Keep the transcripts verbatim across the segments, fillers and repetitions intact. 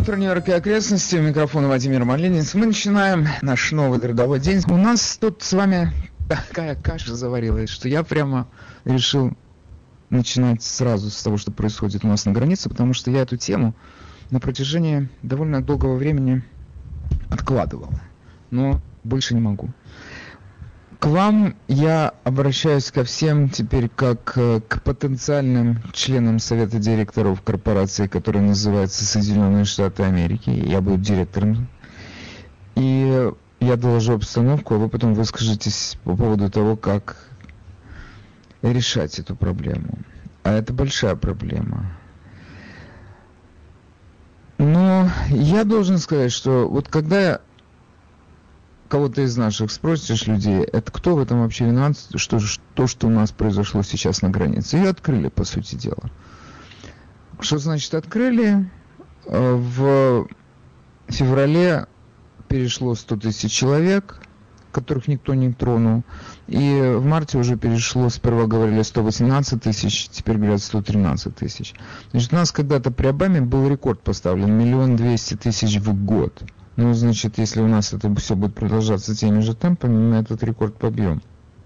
утро, Нью-Йорк и окрестности. У микрофона Владимир Малинец. Мы начинаем наш новый трудовой день. У нас тут с вами такая каша заварилась, что я прямо решил начинать сразу с того, что происходит у нас на границе, потому что я эту тему на протяжении довольно долгого времени откладывал. Но больше не могу. К вам я обращаюсь ко всем теперь как к потенциальным членам Совета директоров корпорации, которая называется Соединенные Штаты Америки. Я буду директором. И я доложу обстановку, а вы потом выскажетесь по поводу того, как решать эту проблему. А это большая проблема. Но я должен сказать, что вот когда я кого-то из наших спросишь людей, это кто в этом вообще виноват, что то, что у нас произошло сейчас на границе. Ее открыли, по сути дела. Что значит открыли? В феврале перешло сто тысяч человек, которых никто не тронул. И в марте уже перешло, сперва говорили сто восемнадцать тысяч, теперь говорят сто тринадцать тысяч. Значит, у нас когда-то при Обаме был рекорд поставлен, миллион двести тысяч в год. Ну, значит, если у нас это все будет продолжаться теми же темпами, мы этот рекорд побьем.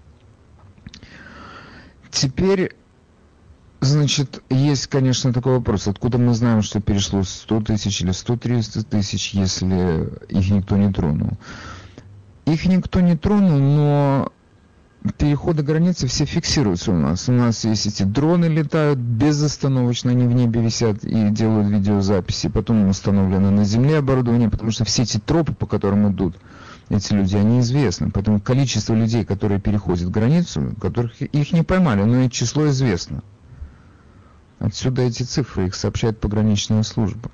Теперь, значит, есть, конечно, такой вопрос. Откуда мы знаем, что перешло сто тысяч или сто тридцать тысяч, если их никто не тронул? Их никто не тронул, но переходы границы все фиксируются у нас. У нас есть эти дроны летают безостановочно, они в небе висят и делают видеозаписи. Потом установлено на земле оборудование, потому что все эти тропы, по которым идут эти люди, они известны. Поэтому количество людей, которые переходят границу, которых их не поймали, но и число известно. Отсюда эти цифры, их сообщает пограничная служба.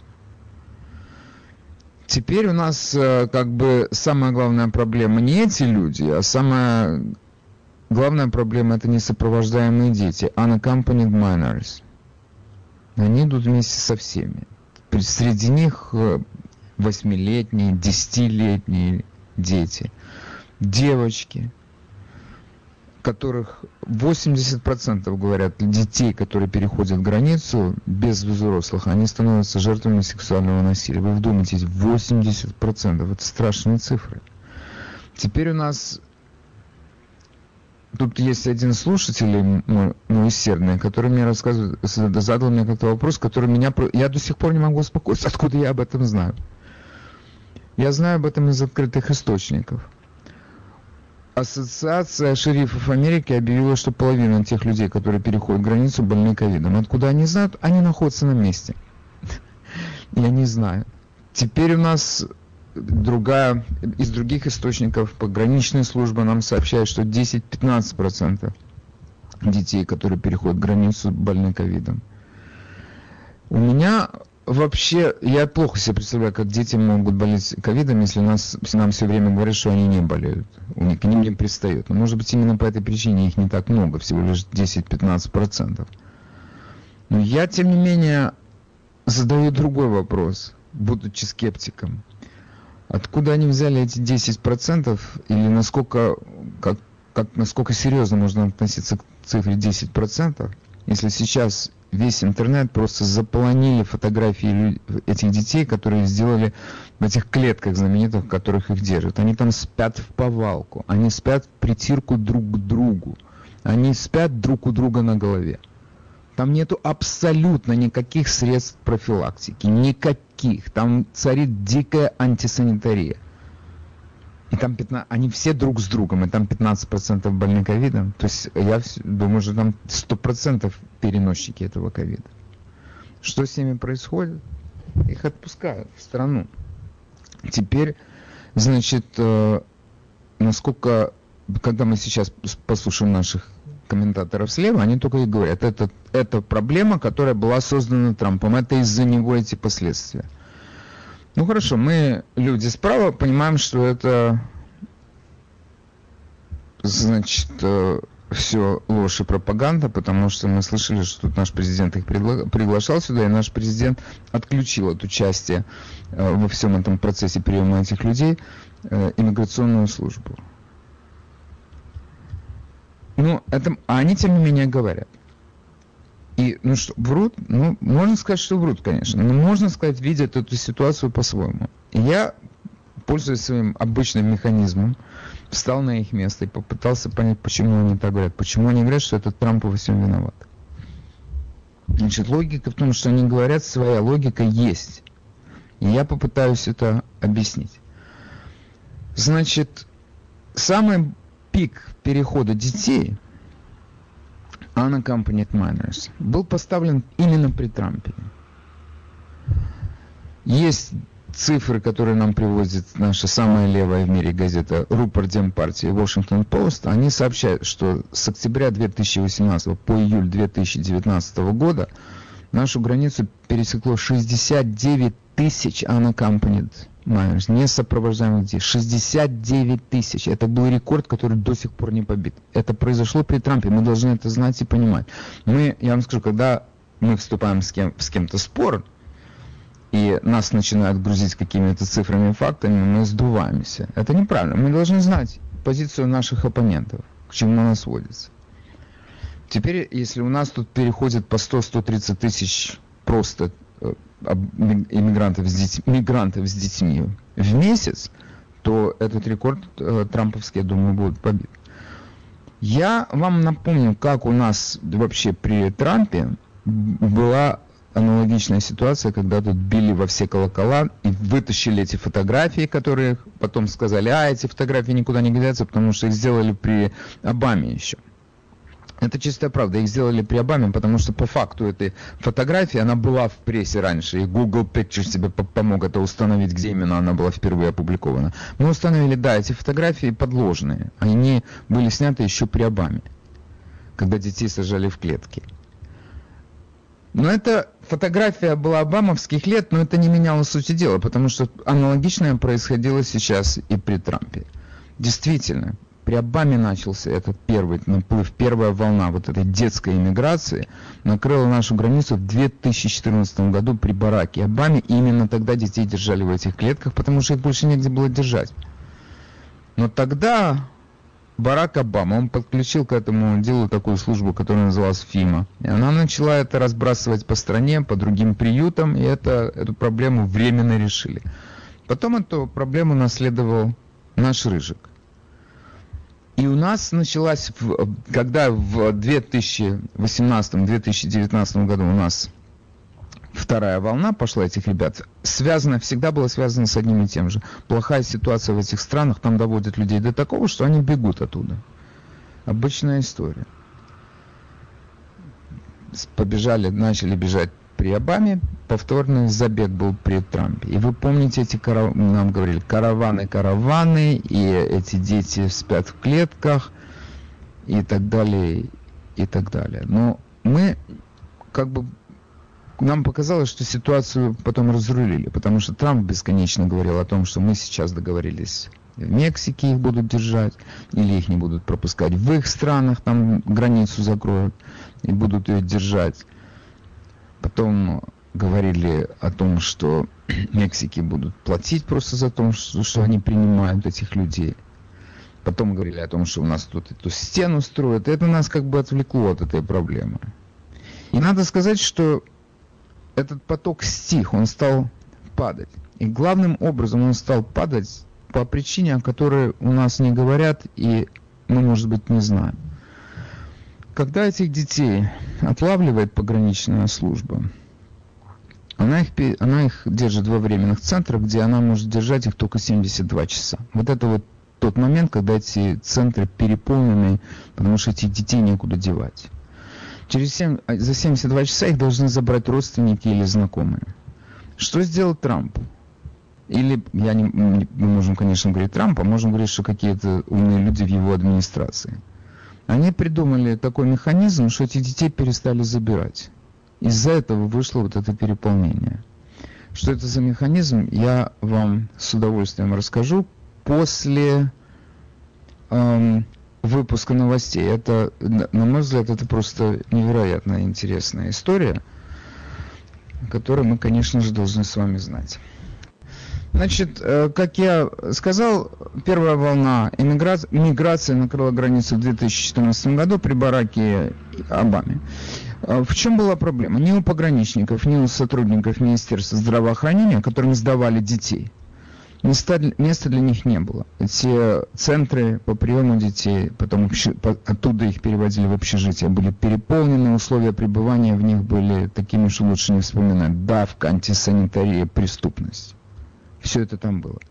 Теперь у нас как бы самая главная проблема не эти люди, а самая главная проблема — это несопровождаемые дети, unaccompanied minors. Они идут вместе со всеми. Среди них восьмилетние, десятилетние дети, девочки, которых восемьдесят процентов говорят, детей, которые переходят границу без взрослых, они становятся жертвами сексуального насилия. Вы вдумайтесь, восемьдесят процентов. Это страшные цифры. Теперь у нас тут есть один слушатель, мой, мой усердный, который мне рассказывает, задал мне как-то вопрос, который меня... Я до сих пор не могу успокоиться. Откуда я об этом знаю? Я знаю об этом из открытых источников. Ассоциация шерифов Америки объявила, что половина тех людей, которые переходят границу, больны ковидом. Откуда они знают? Они находятся на месте. Я не знаю. Теперь у нас другая, из других источников, пограничная служба нам сообщает, что десять-пятнадцать процентов детей, которые переходят границу, больны ковидом. У меня вообще, я плохо себе представляю, как дети могут болеть ковидом, если нас, нам все время говорят, что они не болеют. У них, к ним не пристают. Но, может быть, именно по этой причине их не так много, всего лишь десять-пятнадцать процентов. Но я, тем не менее, задаю другой вопрос, будучи скептиком. Откуда они взяли эти десять процентов, или насколько, как, как, насколько серьезно можно относиться к цифре десять процентов, если сейчас весь интернет просто заполонили фотографии этих детей, которые сделали в этих клетках знаменитых, в которых их держат. Они там спят в повалку, они спят в притирку друг к другу, они спят друг у друга на голове. Там нету абсолютно никаких средств профилактики, никаких. Там царит дикая антисанитария. И там пятнадцать, они все друг с другом, и там пятнадцать процентов больны ковидом. То есть я думаю, что там сто процентов переносчики этого ковида. Что с ними происходит? Их отпускают в страну. Теперь, значит, э, насколько, когда мы сейчас послушаем наших комментаторов слева, они только и говорят, это, это проблема, которая была создана Трампом, это из-за него эти последствия. Ну хорошо, мы, люди справа, понимаем, что это, значит, все ложь и пропаганда, потому что мы слышали, что тут наш президент их пригла- приглашал сюда, и наш президент отключил от участия во всем этом процессе приема этих людей иммиграционную службу. Ну, это, а они, тем не менее, говорят. И, ну что, врут? Ну, можно сказать, что врут, конечно. Но можно сказать, видят эту ситуацию по-своему. И я, пользуясь своим обычным механизмом, встал на их место и попытался понять, почему они так говорят. Почему они говорят, что это Трамп во всем виноват. Значит, логика в том, что они говорят, своя логика есть. И я попытаюсь это объяснить. Значит, самый пик перехода детей, unaccompanied minors, был поставлен именно при Трампе. Есть цифры, которые нам приводит наша самая левая в мире газета Рупорт Демпартии и Washington Post. Они сообщают, что с октября две тысячи восемнадцатого по июль две тысячи девятнадцатого года нашу границу пересекло шестьдесят девять тысяч unaccompanied minors, не сопровождаемых детей. шестьдесят девять тысяч. Это был рекорд, который до сих пор не побит. Это произошло при Трампе. Мы должны это знать и понимать. Мы, я вам скажу, когда мы вступаем с, кем, с кем-то в спор, и нас начинают грузить какими-то цифрами и фактами, мы сдуваемся. Это неправильно. Мы должны знать позицию наших оппонентов, к чему она сводится. Теперь, если у нас тут переходит по сто - сто тридцать тысяч просто иммигрантов с, деть, мигрантов с детьми в месяц, то этот рекорд э, трамповский, я думаю, будет побит. Я вам напомню, как у нас вообще при Трампе была аналогичная ситуация, когда тут били во все колокола и вытащили эти фотографии, которые потом сказали, а эти фотографии никуда не годятся, потому что их сделали при Обаме еще. Это чистая правда, их сделали при Обаме, потому что по факту этой фотографии, она была в прессе раньше, и Google Pictures тебе помог это установить, где именно она была впервые опубликована. Мы установили, да, эти фотографии подложные, они были сняты еще при Обаме, когда детей сажали в клетки. Но эта фотография была обамовских лет, но это не меняло сути дела, потому что аналогичное происходило сейчас и при Трампе. Действительно, при Обаме начался этот первый наплыв, первая волна вот этой детской иммиграции, накрыла нашу границу в две тысячи четырнадцатом году при Бараке Обаме. И именно тогда детей держали в этих клетках, потому что их больше негде было держать. Но тогда Барак Обама, он подключил к этому делу такую службу, которая называлась ФИМА. И она начала это разбрасывать по стране, по другим приютам, и это, эту проблему временно решили. Потом эту проблему наследовал наш Рыжик. И у нас началась, когда в две тысячи восемнадцатом - две тысячи девятнадцатом году у нас вторая волна пошла этих ребят, связана, всегда была связана с одним и тем же. Плохая ситуация в этих странах, там доводят людей до такого, что они бегут оттуда. Обычная история. Побежали, начали бежать при Обаме, повторный забег был при Трампе. И вы помните, эти карав... нам говорили, караваны, караваны, и эти дети спят в клетках, и так далее, и так далее. Но мы, как бы, нам показалось, что ситуацию потом разрулили, потому что Трамп бесконечно говорил о том, что мы сейчас договорились, в Мексике их будут держать, или их не будут пропускать в их странах, там границу закроют, и будут ее держать. Потом говорили о том, что Мексики будут платить просто за то, что, что они принимают этих людей. Потом говорили о том, что у нас тут эту стену строят. Это нас как бы отвлекло от этой проблемы. И надо сказать, что этот поток стих, он стал падать. И главным образом он стал падать по причине, о которой у нас не говорят, и мы, может быть, не знаем. Когда этих детей отлавливает пограничная служба, она их, она их держит во временных центрах, где она может держать их только семьдесят два часа. Вот это вот тот момент, когда эти центры переполнены, потому что этих детей некуда девать. Через семь, за семьдесят два часа их должны забрать родственники или знакомые. Что сделал Трамп? Или, я не, мы можем, конечно, говорить Трамп, а можем говорить, что какие-то умные люди в его администрации. Они придумали такой механизм, что этих детей перестали забирать. Из-за этого вышло вот это переполнение. Что это за механизм, я вам с удовольствием расскажу после эм, выпуска новостей. Это, на мой взгляд, это просто невероятно интересная история, которую мы, конечно же, должны с вами знать. Значит, как я сказал, первая волна миграции накрыла границу в две тысячи четырнадцатом году при Бараке Обаме. В чем была проблема? Ни у пограничников, ни у сотрудников Министерства здравоохранения, которым сдавали детей, места, места для них не было. Эти центры по приему детей, потом общ... оттуда их переводили в общежитие, были переполнены, условия пребывания в них были такими, что лучше не вспоминать. Давка, антисанитария, преступность. Все это там было.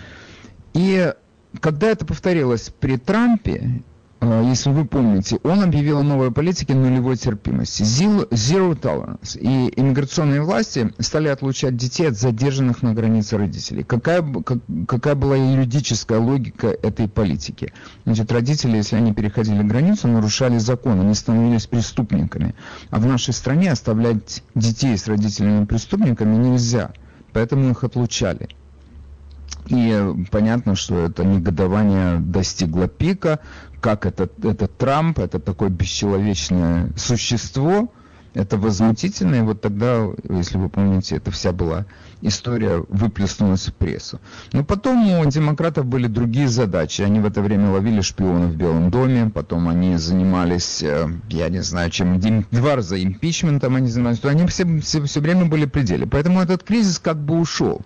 И когда это повторилось при Трампе, если вы помните, он объявил о новой политике нулевой терпимости, zero tolerance, и иммиграционные власти стали отлучать детей от задержанных на границе родителей. Какая, как, какая была юридическая логика этой политики? Значит, родители, если они переходили границу, нарушали закон, они становились преступниками. А в нашей стране оставлять детей с родителями-преступниками нельзя, поэтому их отлучали. И понятно, что это негодование достигло пика, как это, это Трамп, это такое бесчеловечное существо, это возмутительно, и вот тогда, если вы помните, эта вся была история выплеснулась в прессу. Но потом у демократов были другие задачи, они в это время ловили шпионов в Белом доме, потом они занимались, я не знаю чем, два раза импичментом они занимались, то они все, все, все время были в пределе, поэтому этот кризис как бы ушел.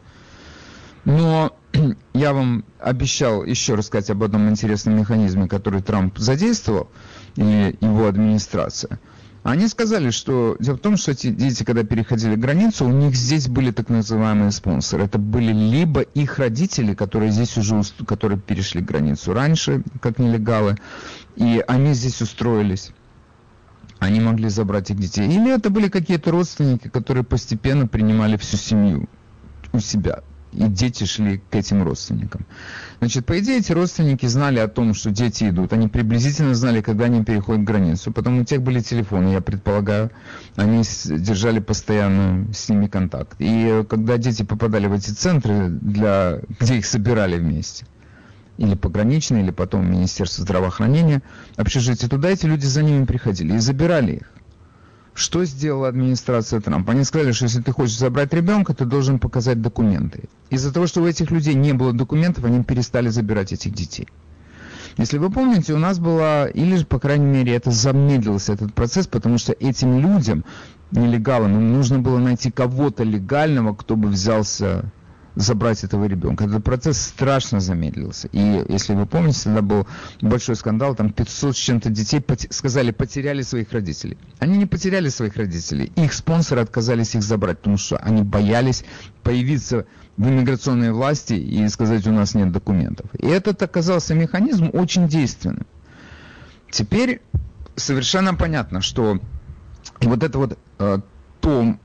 Но я вам обещал еще рассказать об одном интересном механизме, который Трамп задействовал, или его администрация. Они сказали, что дело в том, что эти дети, когда переходили границу, у них здесь были так называемые спонсоры. Это были либо их родители, которые здесь уже, которые перешли границу раньше, как нелегалы, и они здесь устроились. Они могли забрать их детей. Или это были какие-то родственники, которые постепенно принимали всю семью у себя. И дети шли к этим родственникам. Значит, по идее, эти родственники знали о том, что дети идут. Они приблизительно знали, когда они переходят границу. Потом у тех были телефоны, я предполагаю. Они держали постоянно с ними контакт. И когда дети попадали в эти центры, для, где их собирали вместе, или пограничные, или потом Министерство здравоохранения, общежитие, туда эти люди за ними приходили и забирали их. Что сделала администрация Трампа? Они сказали, что если ты хочешь забрать ребенка, ты должен показать документы. Из-за того, что у этих людей не было документов, они перестали забирать этих детей. Если вы помните, у нас была, или, по крайней мере, это замедлился этот процесс, потому что этим людям, нелегалам, им нужно было найти кого-то легального, кто бы взялся забрать этого ребенка. Этот процесс страшно замедлился. И если вы помните, тогда был большой скандал, там пятьсот с чем-то детей пот- сказали, потеряли своих родителей. Они не потеряли своих родителей, их спонсоры отказались их забрать, потому что они боялись появиться в иммиграционной власти и сказать, у нас нет документов. И этот оказался механизм очень действенным. Теперь совершенно понятно, что вот это вот э, то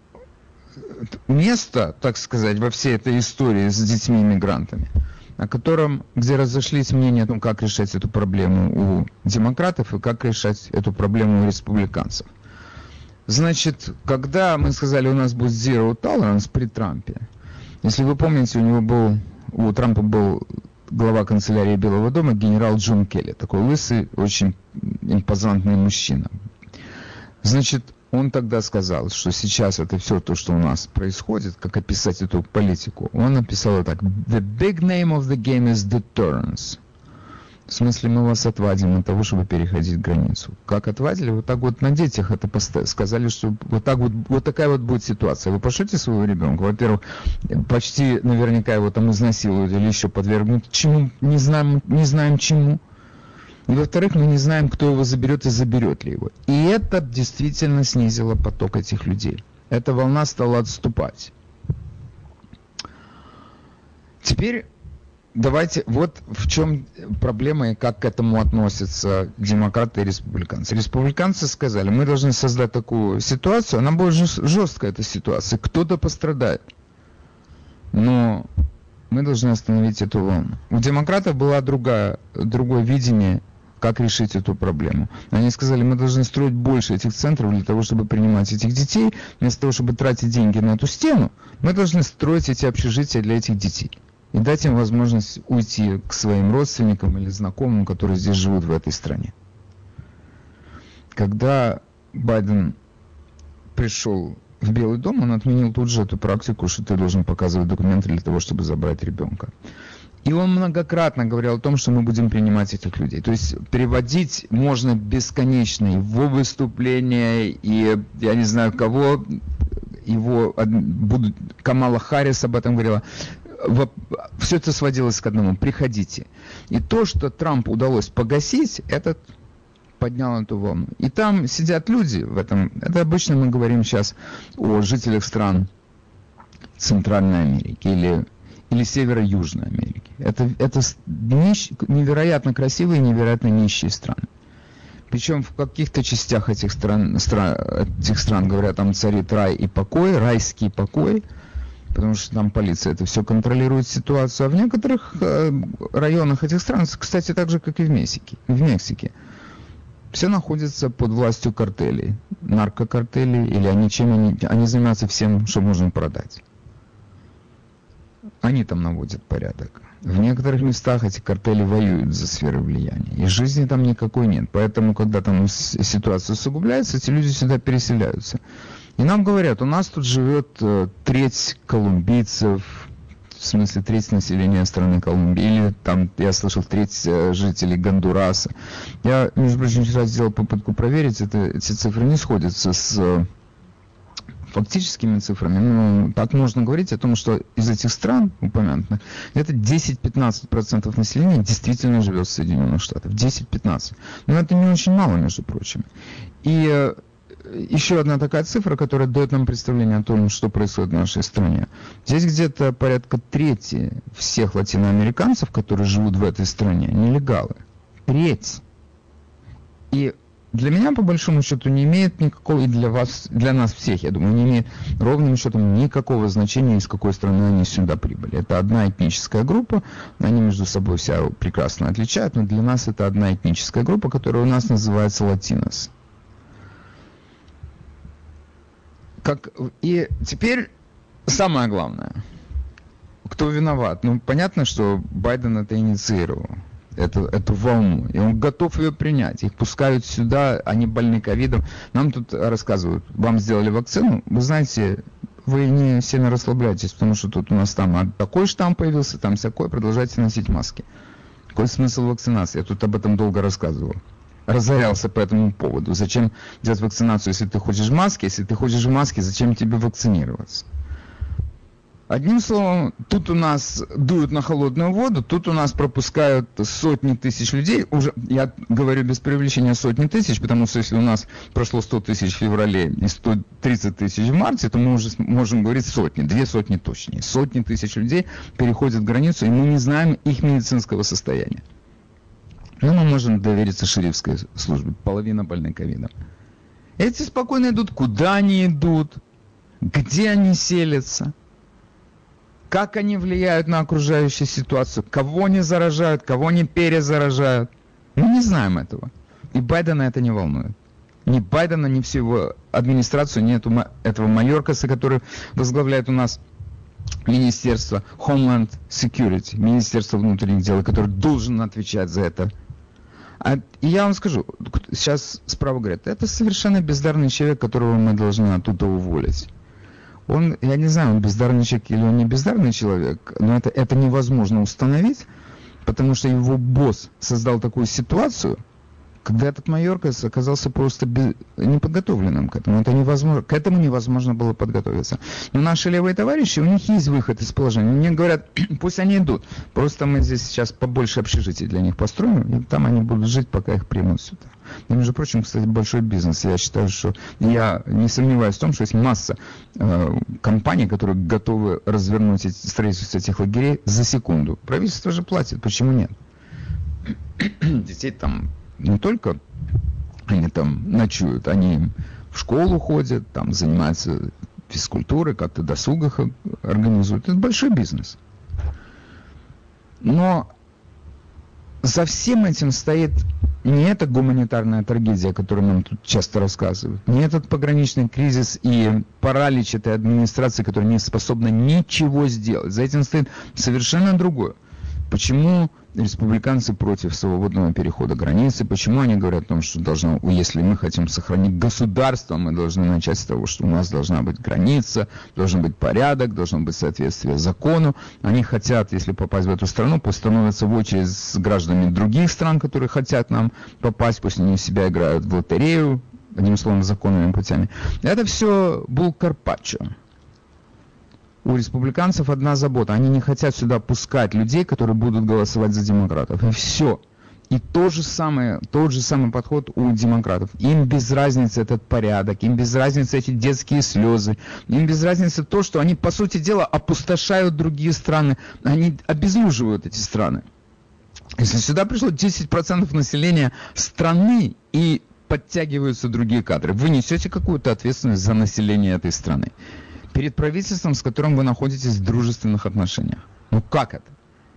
место, так сказать, во всей этой истории с детьми-иммигрантами, о котором, где разошлись мнения о том, как решать эту проблему у демократов и как решать эту проблему у республиканцев. Значит, когда мы сказали, у нас будет zero tolerance при Трампе, если вы помните, у него был, у Трампа был глава канцелярии Белого дома, генерал Джон Келли, такой лысый, очень импозантный мужчина. Значит, он тогда сказал, что сейчас это все то, что у нас происходит, как описать эту политику. Он написал это так: The big name of the game is deterrence. В смысле, мы вас отвадим от того, чтобы переходить границу. Как отвадили? Вот так вот на детях это поставили. Сказали, что вот, так вот, вот такая вот будет ситуация. Вы пошлете своего ребенка, во-первых, почти наверняка его там изнасилуют или еще подвергнут чему, не знаем, не знаем чему. И во-вторых, мы не знаем, кто его заберет и заберет ли его. И это действительно снизило поток этих людей. Эта волна стала отступать. Теперь давайте, вот в чем проблема и как к этому относятся демократы и республиканцы. Республиканцы сказали, мы должны создать такую ситуацию, она будет жесткая, эта ситуация, кто-то пострадает. Но мы должны остановить эту волну. У демократов было другое, другое видение, как решить эту проблему. Они сказали, мы должны строить больше этих центров для того, чтобы принимать этих детей. Вместо того, чтобы тратить деньги на эту стену, мы должны строить эти общежития для этих детей. И дать им возможность уйти к своим родственникам или знакомым, которые здесь живут в этой стране. Когда Байден пришел в Белый дом, он отменил тут же эту практику, что ты должен показывать документы для того, чтобы забрать ребенка. И он многократно говорил о том, что мы будем принимать этих людей. То есть переводить можно бесконечно его выступления, и я не знаю кого, его будут, Камала Харрис об этом говорила. Все это сводилось к одному: приходите. И то, что Трампу удалось погасить, этот поднял эту волну. И там сидят люди в этом. Это обычно мы говорим сейчас о жителях стран Центральной Америки или, или Северо-Южной Америки. Это, это нищ, невероятно красивые и невероятно нищие страны. Причем в каких-то частях этих стран, стран, этих стран, говорят, там царит рай и покой, райский покой, потому что там полиция это все контролирует ситуацию. А в некоторых э, районах этих стран, кстати, так же, как и в Мексике, в Мексике, все находится под властью картелей, наркокартелей, или они чем они, они занимаются всем, что можно продать. Они там наводят порядок. В некоторых местах эти картели воюют за сферы влияния, и жизни там никакой нет. Поэтому, когда там ситуация усугубляется, эти люди сюда переселяются. И нам говорят, у нас тут живет э, треть колумбийцев, в смысле треть населения страны Колумбии, или там, я слышал, треть э, жителей Гондураса. Я, между прочим, вчера сделал попытку проверить, это, эти цифры не сходятся с э, фактическими цифрами. Ну, так можно говорить о том, что из этих стран упомянутых где-то десять-пятнадцать процентов населения действительно живет в Соединенных Штатах. десять-пятнадцать. Но это не очень мало, между прочим. И э, еще одна такая цифра, которая дает нам представление о том, что происходит в нашей стране. Здесь где-то порядка трети всех латиноамериканцев, которые живут в этой стране, нелегалы. Треть. И для меня, по большому счету, не имеет никакого, и для вас, для нас всех, я думаю, не имеет ровным счетом никакого значения, из какой страны они сюда прибыли. Это одна этническая группа, они между собой вся прекрасно отличают, но для нас это одна этническая группа, которая у нас называется латинос. Как, и теперь самое главное. Кто виноват? Ну, понятно, что Байден это инициировал, эту, эту волну, и он готов ее принять. Их пускают сюда, они больны ковидом. Нам тут рассказывают, вам сделали вакцину, вы знаете, вы не сильно расслабляйтесь, потому что тут у нас там такой штамм появился, там всякой, продолжайте носить маски. Какой смысл вакцинации? Я тут об этом долго рассказывал. Разорялся по этому поводу. Зачем делать вакцинацию, если ты хочешь в маске? Если ты хочешь в маске, зачем тебе вакцинироваться? Одним словом, тут у нас дуют на холодную воду, тут у нас пропускают сотни тысяч людей. Уже, я говорю без привлечения сотни тысяч, потому что если у нас прошло сто тысяч в феврале и сто тридцать тысяч в марте, то мы уже можем говорить сотни, две сотни точнее. Сотни тысяч людей переходят границу, и мы не знаем их медицинского состояния. Но мы можем довериться шерифской службе. Половина больны ковидом. Эти спокойно идут. Куда они идут? Где они селятся? Как они влияют на окружающую ситуацию? Кого они заражают? Кого они перезаражают? Мы не знаем этого. И Байдена это не волнует. Ни Байдена, ни всю его администрацию, ни этого Майоркаса, который возглавляет у нас Министерство Homeland Security, Министерство внутренних дел, который должен отвечать за это. А, и я вам скажу, сейчас справа говорят, это совершенно бездарный человек, которого мы должны оттуда уволить. Он, я не знаю, он бездарный человек или он не бездарный человек, но это, это невозможно установить, потому что его босс создал такую ситуацию, когда этот Майоркас оказался просто без, неподготовленным к этому. Это невозможно, к этому невозможно было подготовиться. Но наши левые товарищи, у них есть выход из положения. Мне говорят, пусть они идут. Просто мы здесь сейчас побольше общежитий для них построим, и там они будут жить, пока их примут сюда. И, между прочим, кстати, большой бизнес. Я считаю, что я не сомневаюсь в том, что есть масса э, компаний, которые готовы развернуть эти, строительство этих лагерей за секунду. Правительство же платит, почему нет? Детей там не только они там ночуют, они в школу ходят, там занимаются физкультурой, как-то досугах организуют. Это большой бизнес. Но за всем этим стоит не эта гуманитарная трагедия, о которой нам тут часто рассказывают, не этот пограничный кризис и паралич этой администрации, которая не способна ничего сделать. За этим стоит совершенно другое. Почему республиканцы против свободного перехода границы. Почему они говорят о том, что должно, если мы хотим сохранить государство, мы должны начать с того, что у нас должна быть граница, должен быть порядок, должно быть соответствие закону. Они хотят, если попасть в эту страну, пусть становятся в очередь с гражданами других стран, которые хотят нам попасть, пусть они у себя играют в лотерею, одним словом, законными путями. Это все был карпаччо. У республиканцев одна забота. Они не хотят сюда пускать людей, которые будут голосовать за демократов. И все. И то же самое, тот же самый подход у демократов. Им без разницы этот порядок, им без разницы эти детские слезы, им без разницы то, что они, по сути дела, опустошают другие страны. Они обезлюживают эти страны. Если сюда пришло десять процентов населения страны и подтягиваются другие кадры, вы несете какую-то ответственность за население этой страны перед правительством, с которым вы находитесь в дружественных отношениях. Ну как это?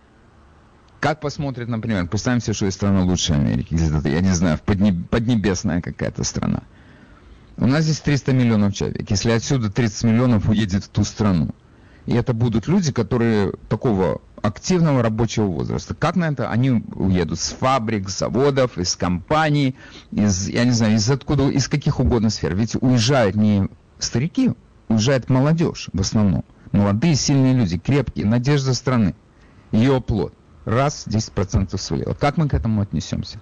Как посмотрят, например, представим себе, что есть страна лучше Америки, где-то, я не знаю, поднебесная какая-то страна. У нас здесь триста миллионов человек. Если отсюда тридцать миллионов уедет в ту страну, и это будут люди, которые такого активного рабочего возраста. Как на это? Они уедут с фабрик, с заводов, из компаний, из, я не знаю, из откуда, из каких угодно сфер. Ведь уезжают не старики, уезжает молодежь в основном. Молодые, сильные люди, крепкие, надежда страны, ее плод. Раз, десять процентов свалило. Как мы к этому отнесемся?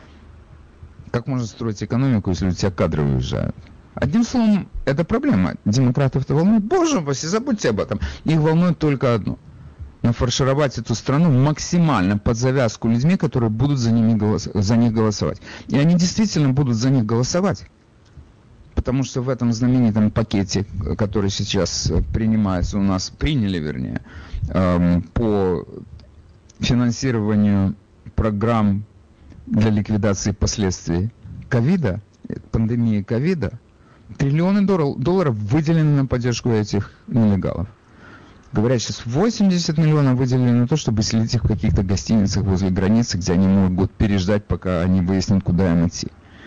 Как можно строить экономику, если у тебя кадры уезжают? Одним словом, это проблема. Демократов-то волнует. Боже упаси, забудьте об этом. Их волнует только одно. Нафаршировать эту страну максимально под завязку людьми, которые будут за, ними голос... за них голосовать. И они действительно будут за них голосовать. Потому что в этом знаменитом пакете, который сейчас принимается, у нас приняли, вернее, эм, по финансированию программ для ликвидации последствий ковида, пандемии ковида, триллионы долларов выделены на поддержку этих нелегалов. Говорят, сейчас восемьдесят миллионов выделили на то, чтобы селить их в каких-то гостиницах возле границы, где они могут переждать, пока они выяснят, куда им идти.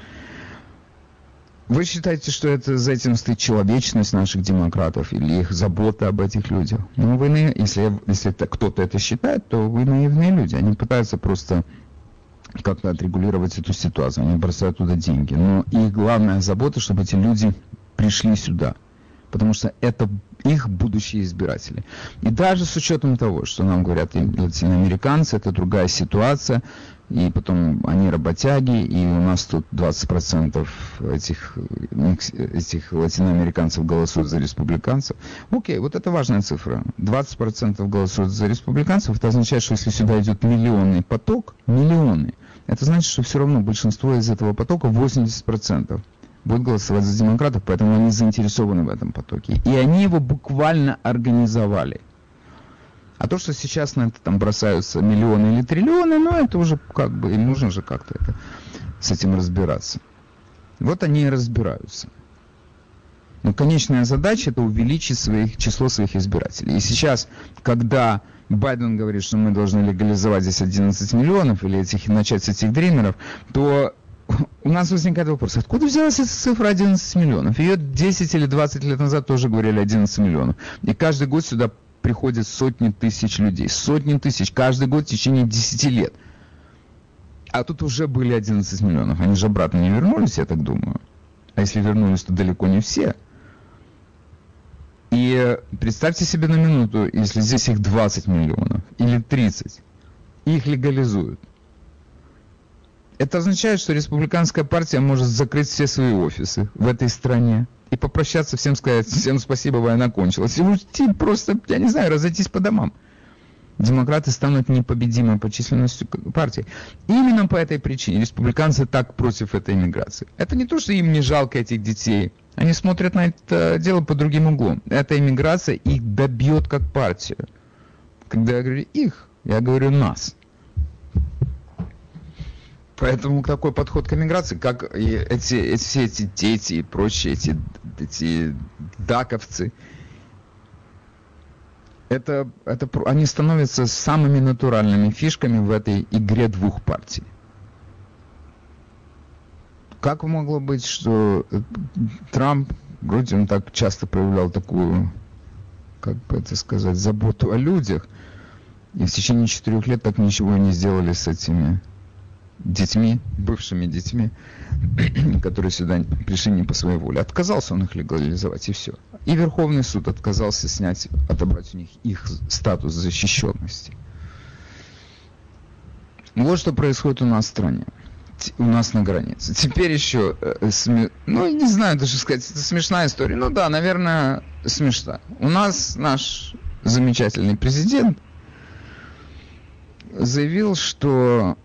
Вы считаете, что это за этим стоит человечность наших демократов или их забота об этих людях? Ну, вы, если, если кто-то это считает, то вы наивные люди. Они пытаются просто как-то отрегулировать эту ситуацию. Они бросают туда деньги. Но их главная забота, чтобы эти люди пришли сюда. Потому что это их будущие избиратели. И даже с учетом того, что нам говорят латиноамериканцы, это другая ситуация, и потом они работяги, и у нас тут двадцать процентов этих, этих латиноамериканцев голосуют за республиканцев. Окей, вот это важная цифра. двадцать процентов голосуют за республиканцев, это означает, что если сюда идет миллионный поток, миллионы, это значит, что все равно большинство из этого потока, восемьдесят процентов, будут голосовать за демократов, поэтому они заинтересованы в этом потоке. И они его буквально организовали. А то, что сейчас на это там бросаются миллионы или триллионы, ну это уже как бы, им нужно же как-то это, с этим разбираться. Вот они и разбираются. Но конечная задача — это увеличить своих, число своих избирателей. И сейчас, когда Байден говорит, что мы должны легализовать здесь одиннадцать миллионов, или этих, начать с этих дримеров, то у нас возникает вопрос, откуда взялась эта цифра одиннадцать миллионов? Ее десять или двадцать лет назад тоже говорили одиннадцать миллионов. И каждый год сюда приходят сотни тысяч людей. Сотни тысяч каждый год в течение десяти лет. А тут уже были одиннадцать миллионов. Они же обратно не вернулись, я так думаю. А если вернулись, то далеко не все. И представьте себе на минуту, если здесь их двадцать миллионов или тридцать, и их легализуют. Это означает, что республиканская партия может закрыть все свои офисы в этой стране и попрощаться, всем сказать, всем спасибо, война кончилась. И уйти просто, я не знаю, разойтись по домам. Демократы станут непобедимой по численности партии. Именно по этой причине республиканцы так против этой иммиграции. Это не то, что им не жалко этих детей. Они смотрят на это дело под другим углом. Эта иммиграция их добьет как партию. Когда я говорю их, я говорю нас. Поэтому такой подход к эмиграции, как и эти, эти, все эти дети и прочие, эти, эти даковцы, это, это, они становятся самыми натуральными фишками в этой игре двух партий. Как могло быть, что Трамп, вроде он так часто проявлял такую, как бы это сказать, заботу о людях, И в течение четырех лет так ничего не сделали с этими детьми, бывшими детьми, которые сюда пришли не по своей воле. Отказался он их легализовать, и все. И Верховный суд отказался снять, отобрать у них их статус защищенности. Вот что происходит у нас в стране. У нас на границе. Теперь еще, э, сме... ну, не знаю даже сказать, это смешная история. Ну да, наверное, смешная. У нас наш замечательный президент заявил, что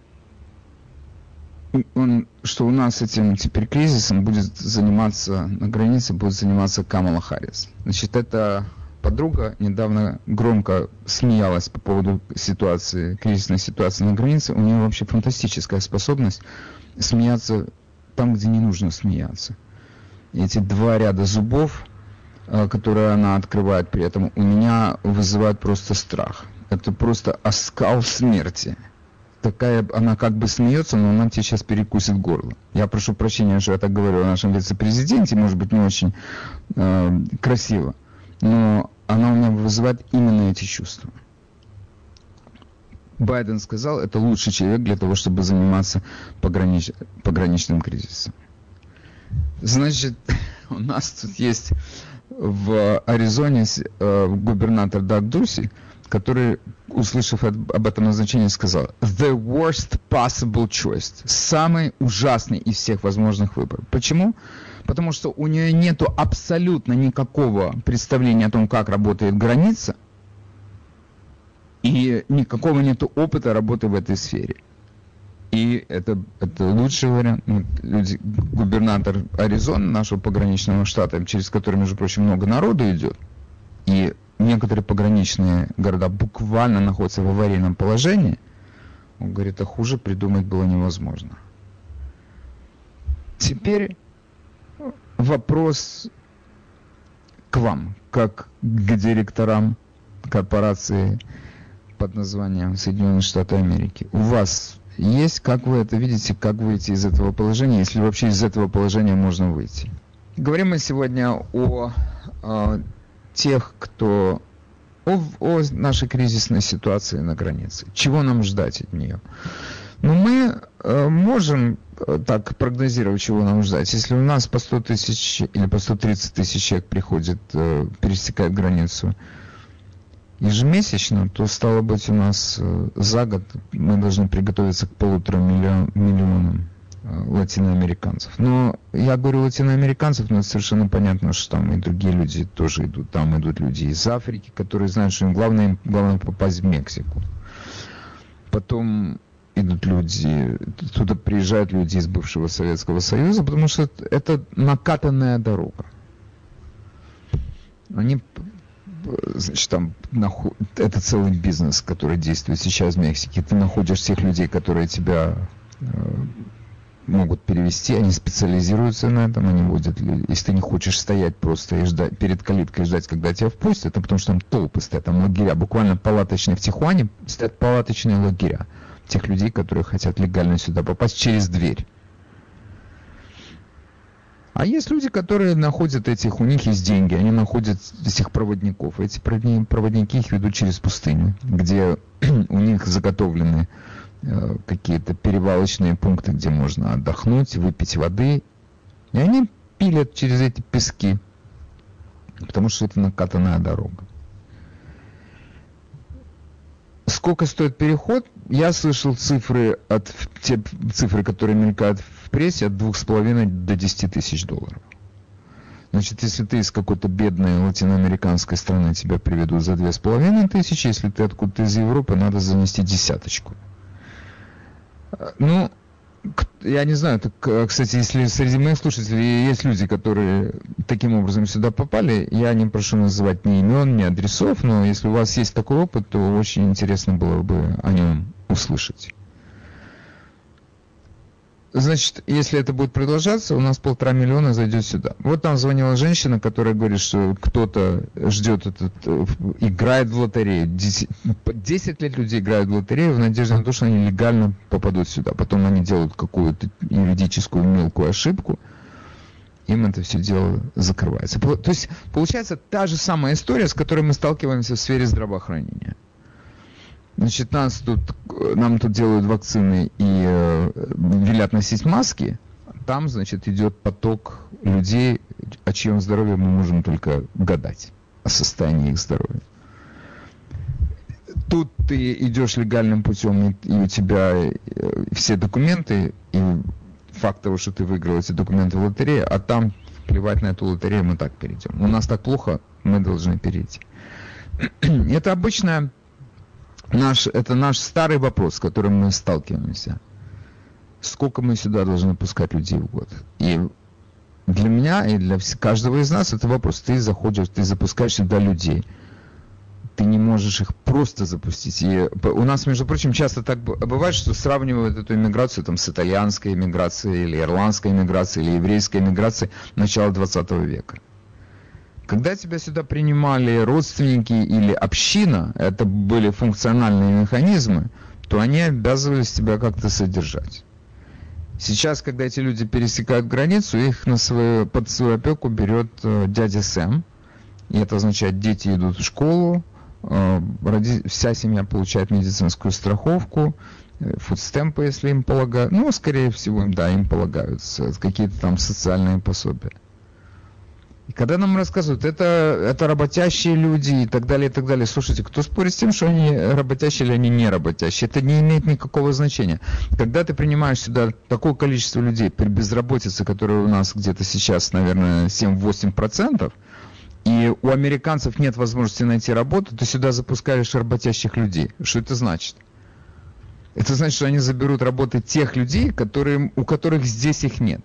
он, что у нас этим теперь кризисом будет заниматься, на границе будет заниматься Камала Харрис. Значит, эта подруга недавно громко смеялась по поводу ситуации, кризисной ситуации на границе. У нее вообще фантастическая способность смеяться там, где не нужно смеяться. И эти два ряда зубов, которые она открывает при этом, у меня вызывают просто страх. Это просто оскал смерти. Такая, она как бы смеется, но она тебе сейчас перекусит горло. Я прошу прощения, что я так говорю о нашем вице-президенте, может быть, не очень э, красиво, но она у меня вызывает именно эти чувства. Байден сказал, это лучший человек для того, чтобы заниматься погранич... пограничным кризисом. Значит, у нас тут есть в Аризоне э, губернатор Даг Дурси, который, услышав об этом назначении, сказал «the worst possible choice», самый ужасный из всех возможных выборов. Почему? Потому что у нее нет абсолютно никакого представления о том, как работает граница, и никакого нет опыта работы в этой сфере. И это, это лучший вариант. Ну, люди, губернатор Аризоны, нашего пограничного штата, через который, между прочим, много народу идет, и некоторые пограничные города буквально находятся в аварийном положении, он говорит, а хуже придумать было невозможно. Теперь вопрос к вам, как к директорам корпорации под названием Соединенные Штаты Америки. У вас есть, как вы это видите, как выйти из этого положения, если вообще из этого положения можно выйти? Говорим мы сегодня о, о тех, кто о, о нашей кризисной ситуации на границе. Чего нам ждать от нее? Ну, мы э, можем э, так прогнозировать, чего нам ждать. Если у нас по сто тысяч или по сто тридцать тысяч человек приходит, э, пересекает границу ежемесячно, то, стало быть, у нас э, за год мы должны приготовиться к полутора миллион, миллионам э, латиноамериканцев. Но я говорю латиноамериканцев, но это совершенно понятно, что там и другие люди тоже идут. Там идут люди из Африки, которые знают, что им главное, им главное попасть в Мексику. Потом идут люди, туда приезжают люди из бывшего Советского Союза, потому что это накатанная дорога. Они, значит, там, это целый бизнес, который действует сейчас в Мексике. Ты находишь всех людей, которые тебя э, могут перевести, они специализируются на этом, они водят людей. Если ты не хочешь стоять просто и ждать, перед калиткой ждать, когда тебя впустят, это потому что там толпы стоят, там лагеря, буквально палаточные, в Тихуане стоят палаточные лагеря тех людей, которые хотят легально сюда попасть через дверь. А есть люди, которые находят этих, у них есть деньги, они находят этих проводников. Эти проводники их ведут через пустыню, где у них заготовлены э, какие-то перевалочные пункты, где можно отдохнуть, выпить воды. И они пилят через эти пески, потому что это накатанная дорога. Сколько стоит переход? Я слышал цифры, от, те цифры, которые мелькают в прессе, от двух с половиной до десяти тысяч долларов. Значит, если ты из какой-то бедной латиноамериканской страны, тебя приведут за две с половиной тысячи, если ты откуда-то из Европы, надо занести десяточку. Ну, я не знаю, так, кстати, если среди моих слушателей есть люди, которые таким образом сюда попали, я не прошу называть ни имен, ни адресов, но если у вас есть такой опыт, то очень интересно было бы о нем услышать. Значит, если это будет продолжаться, у нас полтора миллиона зайдет сюда. Вот там звонила женщина, которая говорит, что кто-то ждет этот, играет в лотерею. десять лет люди играют в лотерею в надежде на то, что они легально попадут сюда. Потом они делают какую-то юридическую мелкую ошибку, им это все дело закрывается. То есть получается та же самая история, с которой мы сталкиваемся в сфере здравоохранения. Значит, нас тут, нам тут делают вакцины и э, велят носить маски. Там, значит, идет поток людей, о чьем здоровье мы можем только гадать, о состоянии их здоровья. Тут ты идешь легальным путем, и, и у тебя э, все документы, и факт того, что ты выиграл эти документы в лотерее, а там плевать на эту лотерею, мы так перейдем. У нас так плохо, мы должны перейти. Это обычно наш, это наш старый вопрос, с которым мы сталкиваемся. Сколько мы сюда должны пускать людей в год? И для меня и для каждого из нас это вопрос. Ты заходишь, ты запускаешь сюда людей. Ты не можешь их просто запустить. И у нас, между прочим, часто так бывает, что сравнивают эту иммиграцию там, с итальянской иммиграцией, или ирландской иммиграцией, или еврейской иммиграцией начала двадцатого века. Когда тебя сюда принимали родственники или община, это были функциональные механизмы, то они обязывались тебя как-то содержать. Сейчас, когда эти люди пересекают границу, их на свою, под свою опеку берет э, дядя Сэм. И это означает, дети идут в школу, э, роди, вся семья получает медицинскую страховку, э, фудстемпы, если им полагают. Ну, скорее всего, им, да, им полагаются какие-то там социальные пособия. И когда нам рассказывают, это, это работящие люди и так далее, и так далее. Слушайте, кто спорит с тем, что они работящие или они не работящие? Это не имеет никакого значения. Когда ты принимаешь сюда такое количество людей при безработице, которая у нас где-то сейчас, наверное, семь-восемь процентов, и у американцев нет возможности найти работу, ты сюда запускаешь работящих людей. Что это значит? Это значит, что они заберут работы тех людей, которые, у которых здесь их нет.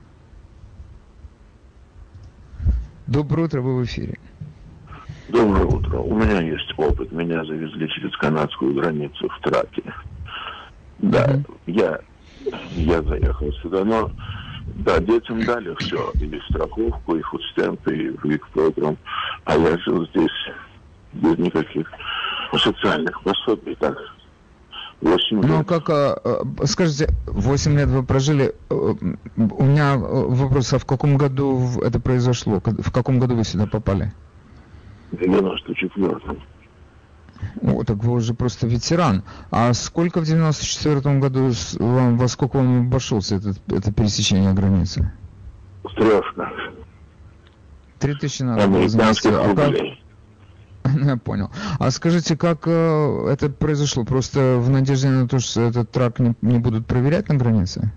Доброе утро, вы в эфире. Доброе утро. У меня есть опыт. Меня завезли через канадскую границу в траке. Да, mm-hmm. я, я заехал сюда, но да, детям дали все. И страховку, и фудстемпы, и вик-программ. А я жил здесь без никаких социальных пособий. Так, восемь лет. Ну, как, а, скажите, восемь лет вы прожили. У меня вопрос, а в каком году это произошло? В каком году вы сюда попали? В девяносто четвёртом. О, так вы уже просто ветеран. А сколько в девяносто четвёртом году, вам, во сколько вам обошелся это, это пересечение границы? Трешка. Три тысячи надо было занести. А как... Я понял. А скажите, как э, это произошло? Просто в надежде на то, что этот трак не, не будут проверять на границе?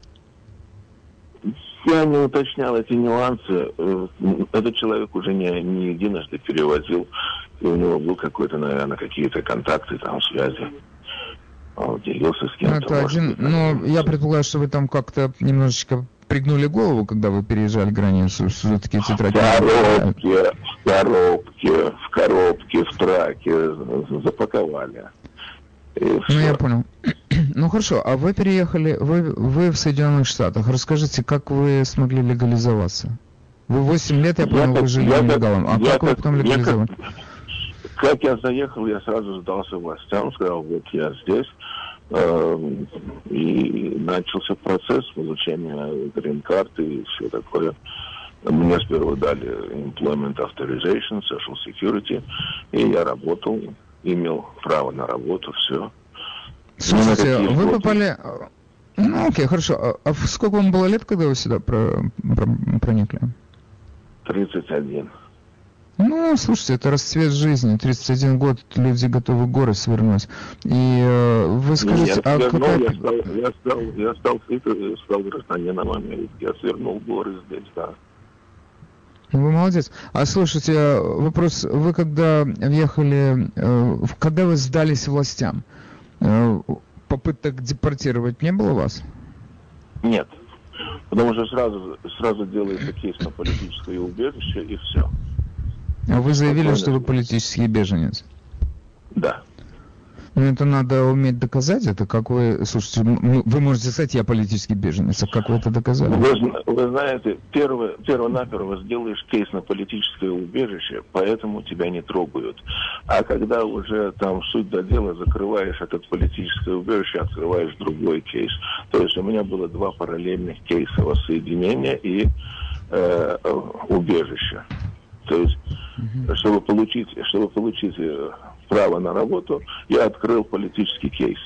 Я не уточнял эти нюансы. Этот человек уже не, не единожды перевозил. И у него был какой-то, наверное, какие-то контакты, там, связи. Он делился с кем-то. Это один, но я предполагаю, что вы там как-то немножечко пригнули голову, когда вы переезжали границу, все-таки тетради... В коробке, в коробке, в коробке, в траке запаковали. Ну, я понял. Ну, хорошо, а вы переехали, вы, вы в Соединенных Штатах. Расскажите, как вы смогли легализоваться? Вы восемь лет, я понял, я вы жили нелегалом. А как вы потом легализовали? Как, как я заехал, я сразу сдался властям, сказал, вот я здесь. И начался процесс получения грин-карты и все такое. Мне сперва дали Employment Authorization, Social Security, и я работал, имел право на работу, все. Слушайте, вы годы... попали... Ну, окей, хорошо. А, а сколько вам было лет, когда вы сюда про... Про... проникли? тридцать один. Ну, слушайте, это расцвет жизни. тридцать один год, люди готовы горы свернуть. И э, вы скажете, я а свернул, какая... Я стал, я стал, я стал, я стал гражданином Америки. Я свернул горы здесь, да. Вы молодец. А слушайте, вопрос, вы когда въехали, э, когда вы сдались властям, э, попыток депортировать не было у вас? Нет. Потому что сразу, сразу делается кейс на политическое убежище, и все. А вы заявили, что вы политический беженец? Да. Ну, это надо уметь доказать. Это как вы... Слушайте, вы можете сказать, я политический беженец. А как вы это доказали? Вы, вы знаете, перво, перво-наперво сделаешь кейс на политическое убежище, поэтому тебя не трогают. А когда уже там суть до дела, закрываешь этот политическое убежище, открываешь другой кейс. То есть у меня было два параллельных кейса: воссоединения и э, убежища. То есть, mm-hmm. чтобы получить, чтобы получить право на работу, я открыл политический кейс.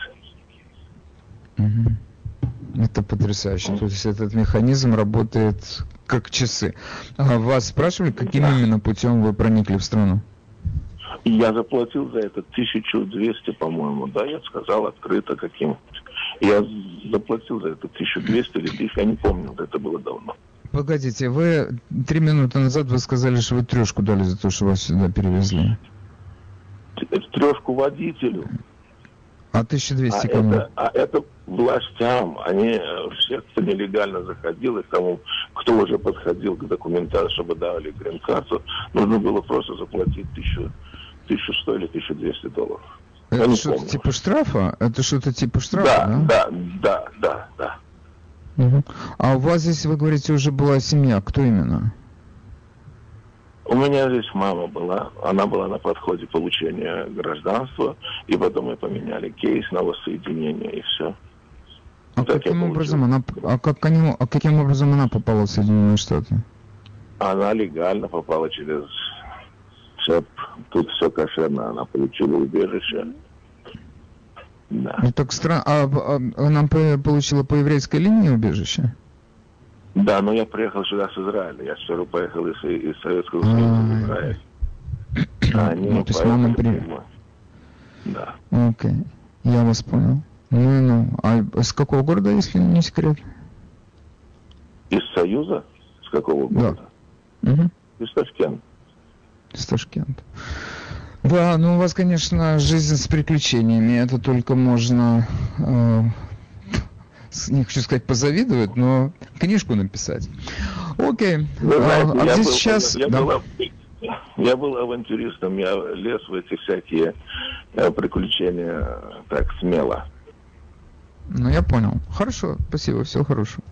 Угу. Это потрясающе. То есть этот механизм работает как часы. А вас спрашивали, каким да. именно путем вы проникли в страну? И я заплатил за это тысячу двести, по-моему, да, я сказал открыто каким. Я заплатил за это тысячу двести или тысячу, я не помню, это было давно. Погодите, вы три минуты назад вы сказали, что вы трешку дали за то, что вас сюда перевезли. Трешку водителю. А тысяча двести а кому? Это, а это властям. Они, все, кто нелегально заходил, и тому, кто уже подходил к документации, чтобы дали грин-карту, нужно было просто заплатить тысячу, тысячу сто или тысячу двести долларов. Это что-то типа штрафа? Это что-то типа штрафа, да? Да, да, да, да, да. Угу. А у вас здесь, вы говорите, уже была семья. Кто именно? У меня здесь мама была. Она была на подходе получения гражданства. И потом мы поменяли кейс на воссоединение, и все. А так каким образом она, а, как они, а каким образом она попала в Соединенные Штаты? Она легально попала через... Все, тут все кошерно. Она получила убежище. Да. Ну так странно. А, а она получила по еврейской линии убежище? Да, но я приехал сюда с Израиля. Я вчера поехал из, из Советского Союза в Израиль. А они ну, то есть мама при... Да. Окей, я вас понял. Ну, ну, а с какого города, если не секрет? Из Союза? С какого города? Да. Угу. Из Ташкента. Из Ташкента. Да, ну у вас, конечно, жизнь с приключениями. Это только можно... Э, не хочу сказать позавидовать, но книжку написать. Окей. Вы знаете, а, а я здесь был, сейчас... Я, да. был, я был авантюристом, я лез в эти всякие э, приключения так смело. Ну, я понял. Хорошо, спасибо, всего хорошего.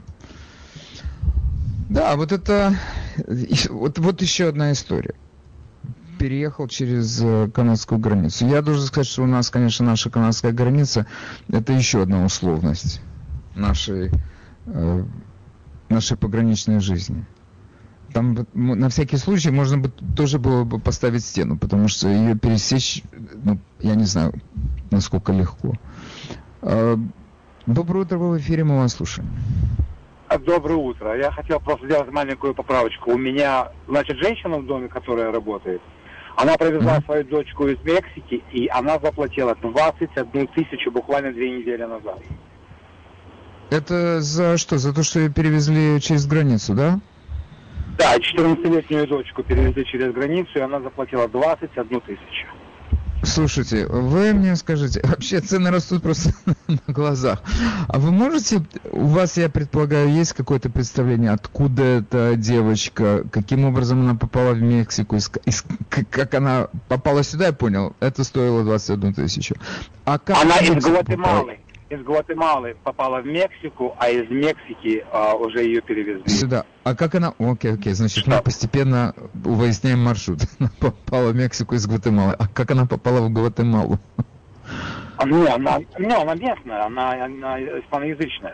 Да, вот это... Вот, вот еще одна история. Переехал через канадскую границу. Я должен сказать, что у нас, конечно, наша канадская граница — это еще одна условность нашей, э, нашей пограничной жизни. Там на всякий случай можно бы тоже было бы поставить стену, потому что ее пересечь, ну, я не знаю, насколько легко. Э, доброе утро, вы в эфире, мы вас слушаем. Доброе утро. Я хотел просто сделать маленькую поправочку. У меня, значит, женщина в доме, которая работает, она привезла mm-hmm. свою дочку из Мексики, и она заплатила двадцать одну тысячу буквально две недели назад. Это за что? За то, что ее перевезли через границу, да? Да, четырнадцатилетнюю дочку перевезли через границу, и она заплатила двадцать одну тысячу. Слушайте, вы мне скажите, вообще цены растут просто на глазах. А вы можете, у вас, я предполагаю, есть какое-то представление, откуда эта девочка, каким образом она попала в Мексику, из, из, как она попала сюда, я понял, это стоило двадцать одну тысячу. А как она из Гватемалы. Из Гватемалы попала в Мексику, а из Мексики а, уже ее перевезли. Сюда. А как она... Окей, окей, значит, мы постепенно выясняем маршрут. Она попала в Мексику из Гватемалы. А как она попала в Гватемалу? Ну, она, ну, она местная, она, она испаноязычная.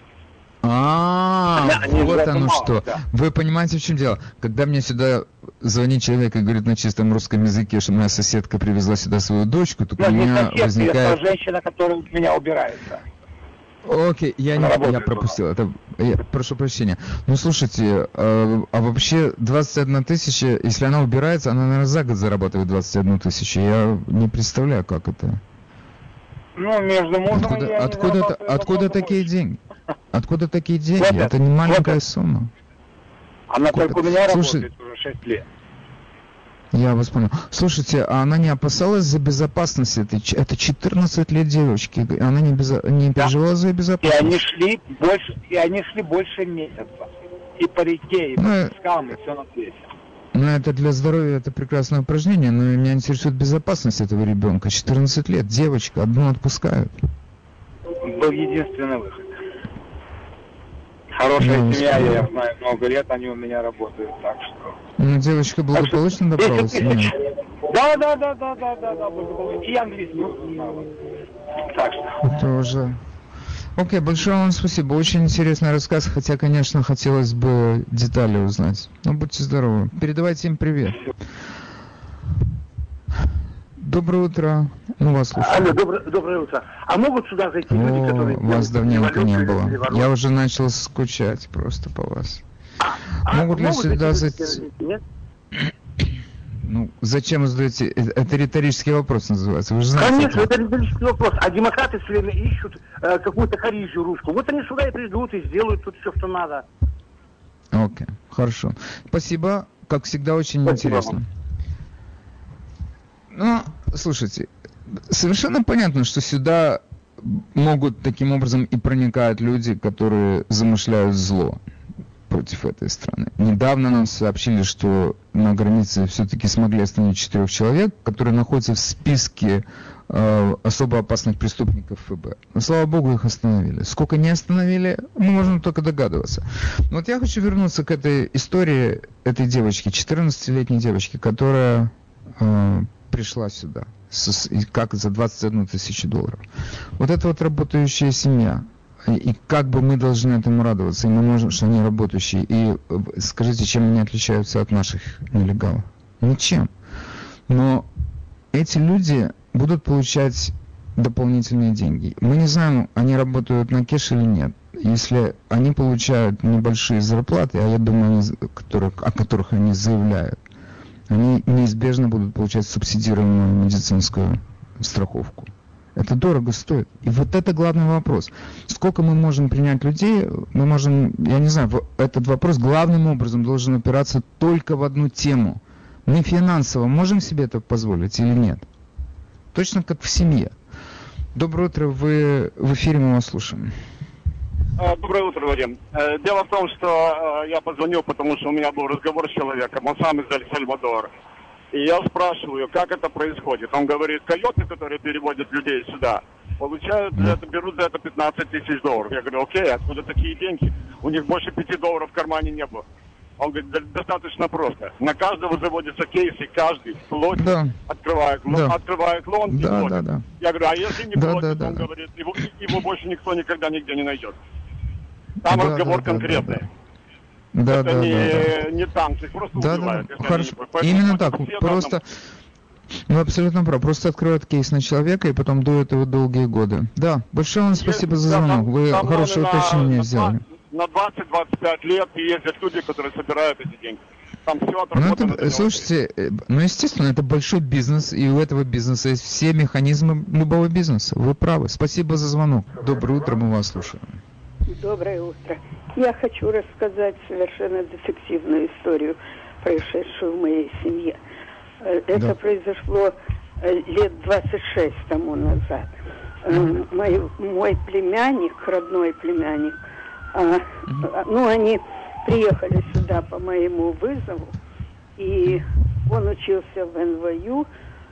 А, вот оно что. Да. Вы понимаете, в чем дело? Когда мне сюда звонит человек и говорит на чистом русском языке, что моя соседка привезла сюда свою дочку, то у меня соседка, возникает... это женщина, которая у меня убирается. Окей, я, не, я пропустил. Это, я, прошу прощения. Ну, слушайте, а, а вообще двадцать одна тысяча, если она убирается, она, наверное, за год зарабатывает двадцать одну тысячу. Я не представляю, как это. Ну, между мужем откуда, и я откуда, это, откуда такие больше. деньги? Откуда такие деньги? Вот это не маленькая вот сумма. Она Откуда? только у меня Слушай, работает уже шесть лет. Я вас понял. Слушайте, а она не опасалась за безопасность этой? Это четырнадцать лет девочки. Она не, безо... не переживала да. за ее безопасность? И они шли больше, и они шли больше месяца. И по реке, и ну, по пескам, и все на свете. Ну, это для здоровья, это прекрасное упражнение, но меня интересует безопасность этого ребенка. четырнадцать лет, девочка, одну отпускают. Был единственный выход. Хорошая ну, семья, я, я знаю, много лет они у меня работают, так что... Ну, девочка благополучно что, добралась? Да, да, да, да, да, да, да, благополучно. И английский знала. Так что... Это уже... Окей, большое вам спасибо. Очень интересный рассказ, хотя, конечно, хотелось бы детали узнать. Ну, будьте здоровы. Передавайте им привет. Доброе утро. Мы вас слушаем. Алло, доброе, доброе утро. А могут сюда зайти О, люди, которые... Вас давненько не было. Переворот? Я уже начал скучать просто по вас. А, могут ли могут сюда эти зайти... люди, нет? Ну, зачем вы задаете? Это риторический вопрос называется. Вы же знаете. Конечно, это. это риторический вопрос. А демократы все время ищут э, какую-то харизию русскую. Вот они сюда и придут, и сделают тут все, что надо. Окей, хорошо. Спасибо. Как всегда, очень Спасибо интересно. Ну, слушайте, совершенно понятно, что сюда могут таким образом и проникают люди, которые замышляют зло против этой страны. Недавно нам сообщили, что на границе все-таки смогли остановить четырех человек, которые находятся в списке э, особо опасных преступников эф бэ. Но, слава богу, их остановили. Сколько не остановили, мы можем только догадываться. Но вот я хочу вернуться к этой истории этой девочки, четырнадцатилетней девочки, которая э, пришла сюда с, как за двадцать одну тысячу долларов. Вот это вот работающая семья. И как бы мы должны этому радоваться, и мы можем, что они работающие. И скажите, чем они отличаются от наших нелегалов? Ничем. Но эти люди будут получать дополнительные деньги. Мы не знаем, они работают на кэш или нет. Если они получают небольшие зарплаты, а я думаю, они, которых, о которых они заявляют, они неизбежно будут получать субсидированную медицинскую страховку. Это дорого стоит. И вот это главный вопрос. Сколько мы можем принять людей, мы можем, я не знаю, этот вопрос главным образом должен опираться только в одну тему. Мы финансово можем себе это позволить или нет? Точно как в семье. Доброе утро, вы в эфире, мы вас слушаем. Доброе утро, Вадим. Дело в том, что я позвонил, потому что у меня был разговор с человеком, он сам из Эль-Сальвадора. И я спрашиваю, как это происходит. Он говорит, койоты, которые переводят людей сюда, получают за это, берут за это пятнадцать тысяч долларов. Я говорю, окей, откуда такие деньги? У них больше пяти долларов в кармане не было. Он говорит, достаточно просто. На каждого заводится кейс, и каждый платит, да. открывает, да. открывает лон и да, платит. Да, да. Я говорю, а если не да, платит, да, он да, говорит, его, его больше никто никогда нигде не найдет. Там да, разговор да, конкретный. Да, да. Да, это да, не, да, да. не танцы, просто да, убивают. Да, хорошо. Именно так. Просто, ну, абсолютно прав. Просто открывают кейс на человека и потом дуют его долгие годы. Да, большое вам спасибо за звонок. Вы там хорошее уточнение сделали. На двадцать-двадцать пять лет ездят люди, которые собирают эти деньги. Там все отработано. Ну, это, слушайте, ну, естественно, это большой бизнес, и у этого бизнеса есть все механизмы любого бизнеса. Вы правы. Спасибо за звонок. Доброе утро, мы вас слушаем. Доброе утро. Я хочу рассказать совершенно детективную историю, происшедшую в моей семье. Это да. произошло лет двадцать шесть тому назад. Mm-hmm. Мой, мой племянник, родной племянник, mm-hmm. ну, они приехали сюда по моему вызову, и он учился в эн вэ ю.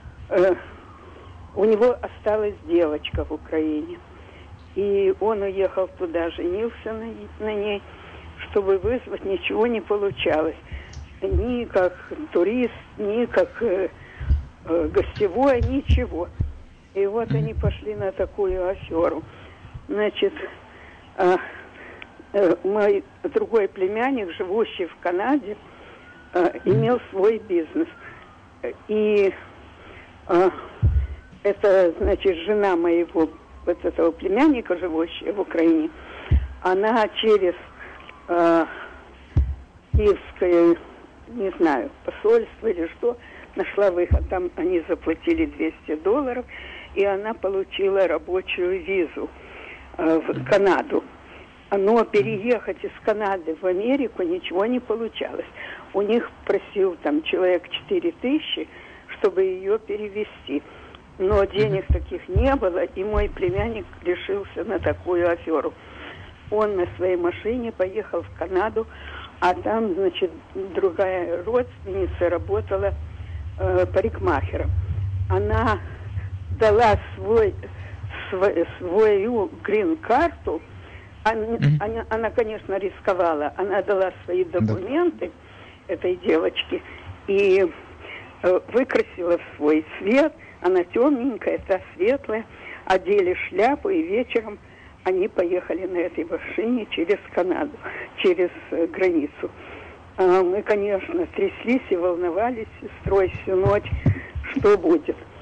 У него осталась девочка в Украине. И он уехал туда, женился на, на ней, чтобы вызвать, ничего не получалось. Ни как турист, ни как э, э, гостевой, ничего. И вот они пошли на такую аферу. Значит, э, э, мой другой племянник, живущий в Канаде, э, имел свой бизнес. И э, это, значит, жена моего вот этого племянника, живущего в Украине, она через э, киевское, не знаю, посольство или что, нашла выход. Там они заплатили двести долларов, и она получила рабочую визу э, в Канаду. Но переехать из Канады в Америку ничего не получалось. У них просил там человек четыре тысячи, чтобы ее перевести. Но денег таких не было, и мой племянник решился на такую аферу. Он на своей машине поехал в Канаду, а там, значит, другая родственница работала э, парикмахером. Она дала свой, свой, свою грин-карту, она, она, она, конечно, рисковала. Она дала свои документы этой девочке и э, выкрасила в свой цвет. Она темненькая, та светлая, одели шляпу, и вечером они поехали на этой машине через Канаду, через э, границу. А мы, конечно, тряслись и волновались с сестрой всю ночь, что будет.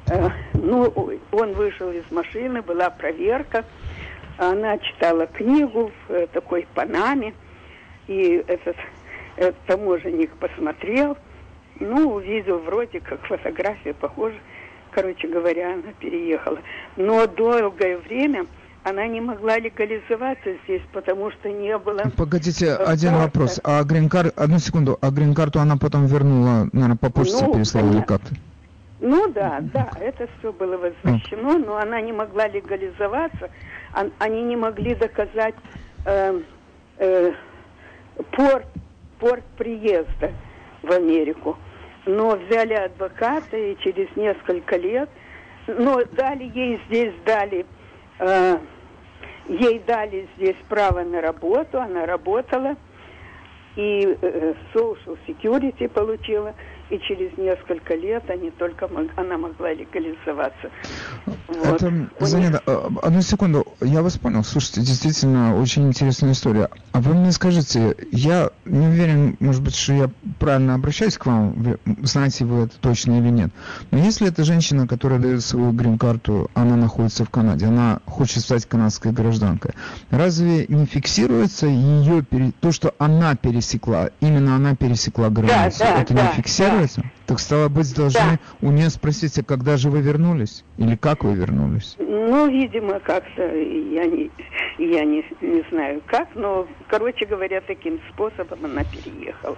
Э, ну, он вышел из машины, была проверка. Она читала книгу в э, такой панаме. И этот, этот таможенник посмотрел, ну, увидел вроде как фотография похожа. Короче говоря, она переехала. Но долгое время она не могла легализоваться здесь, потому что не было... Погодите, один карты. Вопрос. А грин-карту, одну секунду, а грин-карту она потом вернула, наверное, по почте ну, переслала или как-то? Ну да, да, это все было возвращено, но она не могла легализоваться. Они не могли доказать э, э, порт, порт приезда в Америку. Но взяли адвоката, и через несколько лет, но дали ей здесь, дали, э, ей дали здесь право на работу, она работала, и э, social security получила, и через несколько лет они только мог, она могла легализоваться. Вот. Это занято. Них... Одну секунду, я вас понял. Слушайте, действительно очень интересная история. А вы мне скажите, я не уверен, может быть, что я правильно обращаюсь к вам, вы, знаете вы это точно или нет. Но если эта женщина, которая дает свою грин-карту, она находится в Канаде, она хочет стать канадской гражданкой, разве не фиксируется ее, пере... то, что она пересекла, именно она пересекла границу, да, да, это да, не фиксируется? Да. Так стало быть, должны да. у нее спросить, а когда же вы вернулись? Или как вы вернулись? Ну, видимо, как-то, я не, я не, не знаю как, но, короче говоря, таким способом она переехала.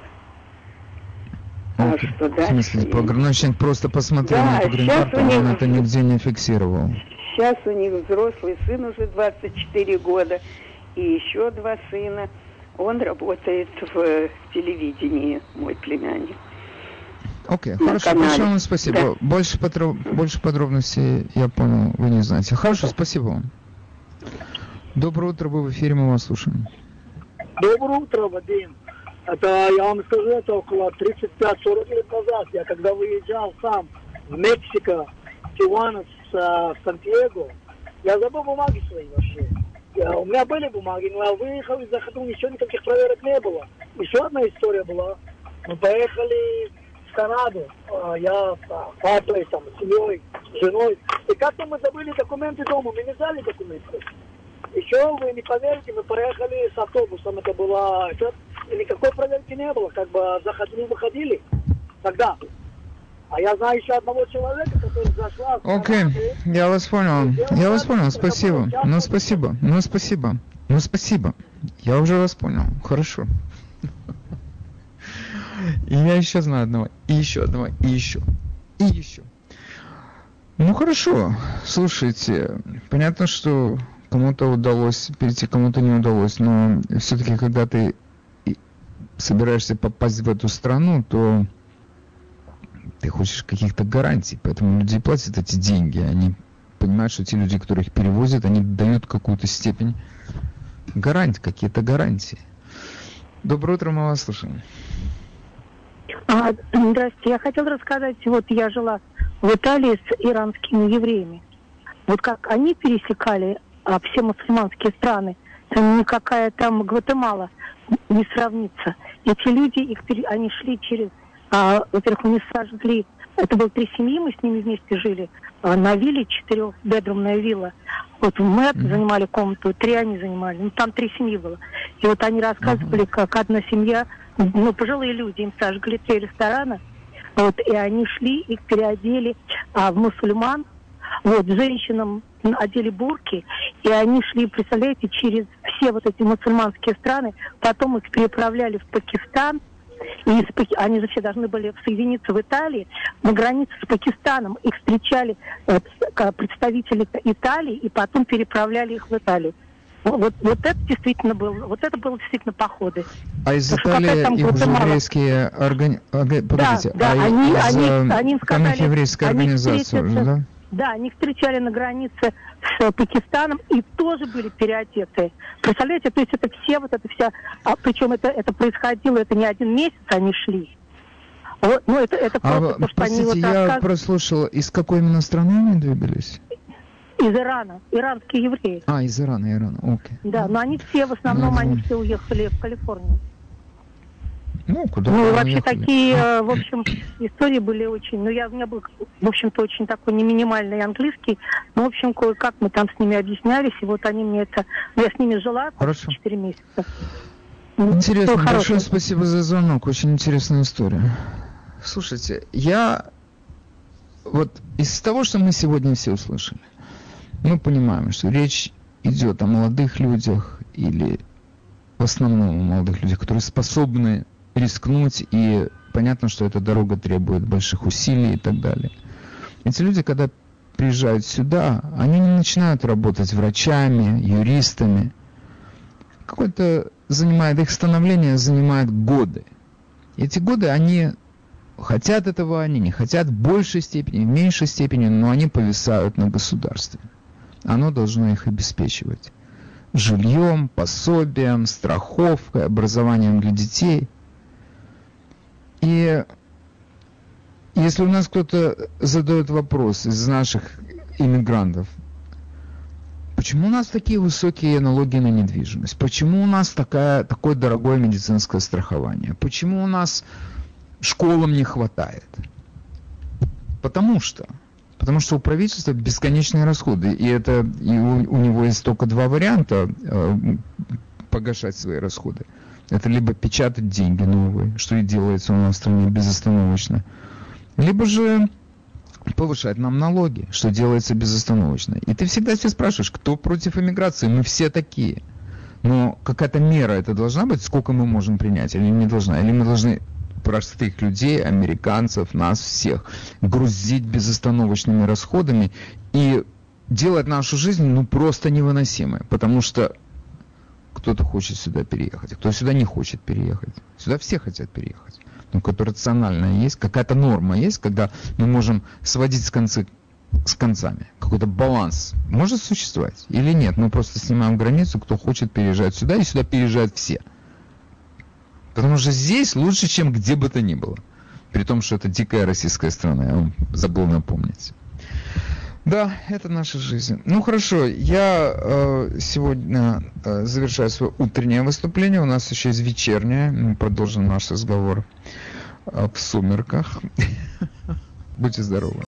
А вот, что дальше? В смысле, пограничник просто посмотрел да, на эту грин-карту, он них... это нигде не фиксировал. Сейчас у них взрослый сын уже двадцать четыре года, и еще два сына. Он работает в телевидении, мой племянник. Окей, okay, хорошо, канале. Большое вам спасибо. Да. Больше, подроб... Больше подробностей, я понял, вы не знаете. Хорошо, спасибо вам. Доброе утро, вы в эфире, мы вас слушаем. Доброе утро, Вадим. Это, я вам скажу, это около тридцать пять сорок лет назад. Я когда выезжал сам в Мексику, Тиуана, с Сантьяго, я забыл бумаги свои вообще. Я, у меня были бумаги, но я выехал и заходил, ничего, никаких проверок не было. Еще одна история была. Мы поехали в Канаду, я с папой, там, с семьей, с женой. И как-то мы забыли документы дома, мы не взяли документы. Еще, вы не поверите, мы проехали с автобусом, это было... И никакой проверки не было, как бы заходили, выходили тогда. А я знаю еще одного человека, который зашла... Окей, okay. я вас понял, я вас понял, спасибо. Ну, спасибо, ну, спасибо, ну, спасибо. Я уже вас понял, хорошо. И я еще знаю одного, и еще одного, и еще, и еще. Ну, хорошо, слушайте, понятно, что кому-то удалось перейти, кому-то не удалось, но все-таки, когда ты собираешься попасть в эту страну, то ты хочешь каких-то гарантий, поэтому люди платят эти деньги, они понимают, что те люди, которые их перевозят, они дают какую-то степень гарантий, какие-то гарантии. Доброе утро, мы вас слушаем. А, здравствуйте, я хотела рассказать, вот я жила в Италии с иранскими евреями. Вот как они пересекали а, все мусульманские страны, там никакая там Гватемала не сравнится. Эти люди, их, они шли через, а, во-первых, они сожгли, это было три семьи, мы с ними вместе жили, а, на вилле, четырехбедрумная вилла. Вот мы mm-hmm. занимали комнату, три они занимали, ну там три семьи было. И вот они рассказывали, mm-hmm. как одна семья, ну пожилые люди, им сожгли три ресторана, вот, и они шли, их переодели а, в мусульман, вот, женщинам одели бурки, и они шли, представляете, через все вот эти мусульманские страны, потом их переправляли в Пакистан, и из, они же все должны были соединиться в Италии, на границе с Пакистаном их встречали э, представители Италии, и потом переправляли их в Италию. Вот, вот это действительно было, вот это было действительно походы. А из Италии их уже еврейские организации, погодите, да, да, а они, из они, они сказали, еврейская организация уже, да? Да, они встречали на границе с Пакистаном и тоже были переодеты. Представляете, то есть это все, вот это вся, а, причем это, это происходило, это не один месяц они шли. Вот, ну это, это просто а, то, что простите, они вот я рассказывали. прослушал, из какой именно страны они двигались? Из Ирана, иранские евреи. А, из Ирана, Ирана, окей. Да, но они все, в основном, ну, они все уехали в Калифорнию. Ну, куда Ну, они вообще ехали? такие, э, в общем, истории были очень... Ну, я, у меня был, в общем-то, очень такой не минимальный английский. Ну, в общем, кое-как мы там с ними объяснялись, и вот они мне это... Я с ними жила Хорошо. четыре месяца. Интересно, Ну, большое хороший. спасибо за звонок, очень интересная история. Слушайте, я... Вот из того, что мы сегодня все услышали, мы понимаем, что речь идет о молодых людях или в основном о молодых людях, которые способны рискнуть, и понятно, что эта дорога требует больших усилий и так далее. Эти люди, когда приезжают сюда, они не начинают работать врачами, юристами. Какое-то занимает, их становление занимает годы. И эти годы, они хотят этого, они не хотят в большей степени, в меньшей степени, но они повисают на государстве. Оно должно их обеспечивать жильем, пособием, страховкой, образованием для детей. И если у нас кто-то задает вопрос из наших иммигрантов, почему у нас такие высокие налоги на недвижимость? Почему у нас такая, такое дорогое медицинское страхование? Почему у нас школам не хватает? Потому что. Потому что у правительства бесконечные расходы. И это и у, у него есть только два варианта э, погашать свои расходы. Это либо печатать деньги новые, что и делается у нас в стране безостановочно, либо же повышать нам налоги, что делается безостановочно. И ты всегда себя спрашиваешь, кто против иммиграции? Мы все такие. Но какая-то мера это должна быть, сколько мы можем принять, или не должна? Или мы должны простых людей, американцев, нас всех грузить безостановочными расходами и делать нашу жизнь ну просто невыносимой, потому что кто-то хочет сюда переехать, а кто сюда не хочет переехать. Сюда все хотят переехать. Но какое-то рациональное есть, какая-то норма есть, когда мы можем сводить с, концы, с концами. Какой-то баланс может существовать или нет. Мы просто снимаем границу, кто хочет переезжать сюда, и сюда переезжают все. Потому что здесь лучше, чем где бы то ни было. При том, что это дикая российская страна, я вам забыл напомнить. Да, это наша жизнь. Ну хорошо, я э, сегодня э, завершаю свое утреннее выступление. У нас еще есть вечернее. Мы продолжим наш разговор э, в сумерках. Будьте здоровы.